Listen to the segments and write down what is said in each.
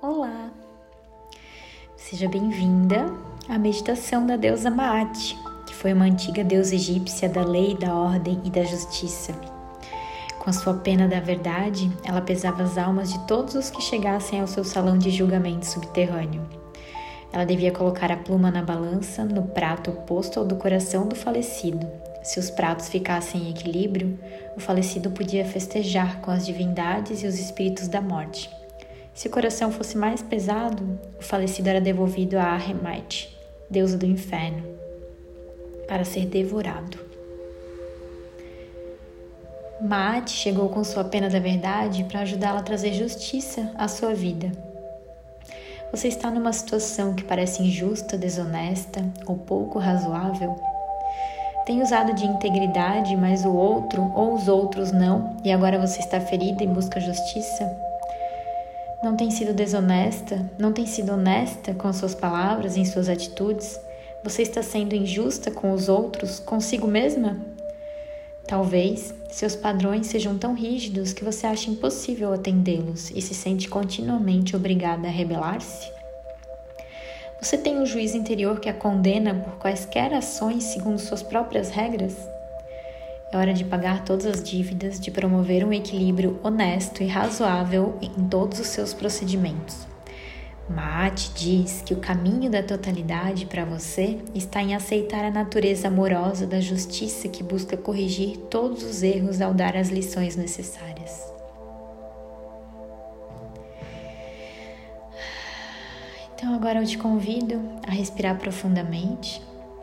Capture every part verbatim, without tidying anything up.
Olá! Seja bem-vinda à meditação da deusa Maat, que foi uma antiga deusa egípcia da lei, da ordem e da justiça. Com a sua pena da verdade, ela pesava as almas de todos os que chegassem ao seu salão de julgamento subterrâneo. Ela devia colocar a pluma na balança, no prato oposto ao do coração do falecido. Se os pratos ficassem em equilíbrio, o falecido podia festejar com as divindades e os espíritos da morte. Se o coração fosse mais pesado, o falecido era devolvido a Ahriman, deusa do inferno, para ser devorado. Maat chegou com sua pena da verdade para ajudá-la a trazer justiça à sua vida. Você está numa situação que parece injusta, desonesta ou pouco razoável? Tem usado de integridade, mas o outro ou os outros não, e agora você está ferida e busca justiça? Não tem sido desonesta? Não tem sido honesta com suas palavras e em suas atitudes? Você está sendo injusta com os outros, consigo mesma? Talvez seus padrões sejam tão rígidos que você acha impossível atendê-los e se sente continuamente obrigada a rebelar-se? Você tem um juízo interior que a condena por quaisquer ações segundo suas próprias regras? É hora de pagar todas as dívidas, de promover um equilíbrio honesto e razoável em todos os seus procedimentos. Maat diz que o caminho da totalidade para você está em aceitar a natureza amorosa da justiça que busca corrigir todos os erros ao dar as lições necessárias. Então agora eu te convido a respirar profundamente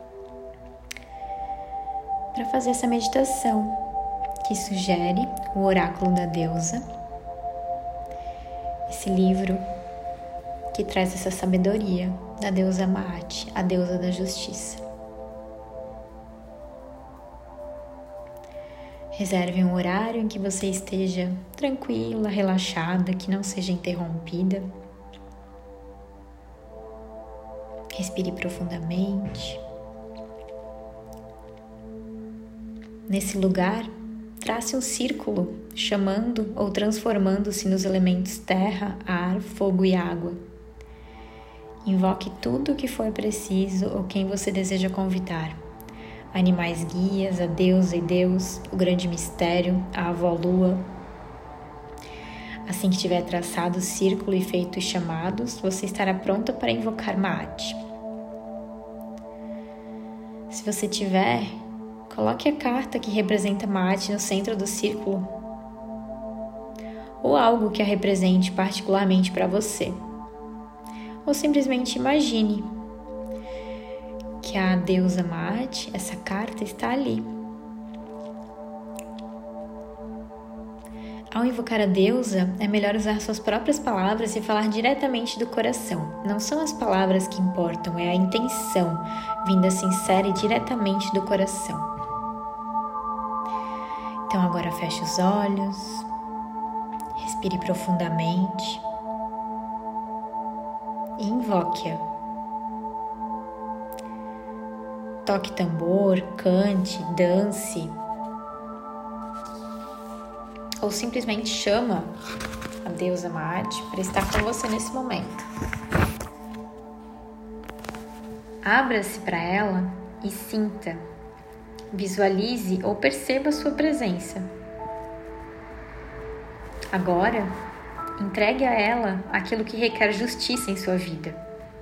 para fazer essa meditação que sugere o Oráculo da Deusa, esse livro que traz essa sabedoria da deusa Maat, a deusa da justiça. Reserve um horário em que você esteja tranquila, relaxada, que não seja interrompida. Respire profundamente. Nesse lugar, trace um círculo, chamando ou transformando-se nos elementos terra, ar, fogo e água. Invoque tudo o que for preciso ou quem você deseja convidar. Animais guias, a deusa e Deus, o grande mistério, a avó lua. Assim que tiver traçado o círculo e feito os chamados, você estará pronta para invocar Maat. Se você tiver, coloque a carta que representa Maat no centro do círculo, ou algo que a represente particularmente para você. Ou simplesmente imagine que a deusa Maat, essa carta, está ali. Ao invocar a deusa, é melhor usar suas próprias palavras e falar diretamente do coração. Não são as palavras que importam, é a intenção, vinda sincera e diretamente do coração. Então agora feche os olhos, respire profundamente e invoque-a. Toque tambor, cante, dance, ou simplesmente chama a deusa Maat para estar com você nesse momento. Abra-se para ela e sinta, visualize ou perceba a sua presença. Agora, entregue a ela aquilo que requer justiça em sua vida.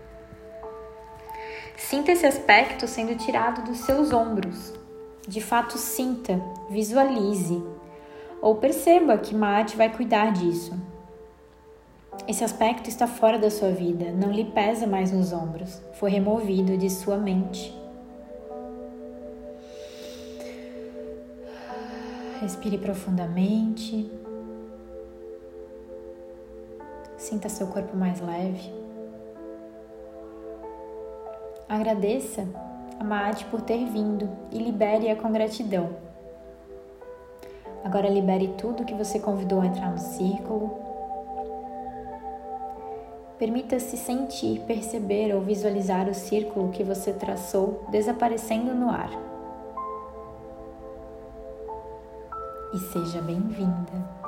Sinta esse aspecto sendo tirado dos seus ombros. De fato, sinta, visualize. Ou perceba que Maat vai cuidar disso. Esse aspecto está fora da sua vida, não lhe pesa mais nos ombros, foi removido de sua mente. Respire profundamente. Sinta seu corpo mais leve. Agradeça a Maat por ter vindo e libere-a com gratidão. Agora libere tudo que você convidou a entrar no círculo. Permita-se sentir, perceber ou visualizar o círculo que você traçou desaparecendo no ar. E seja bem-vinda.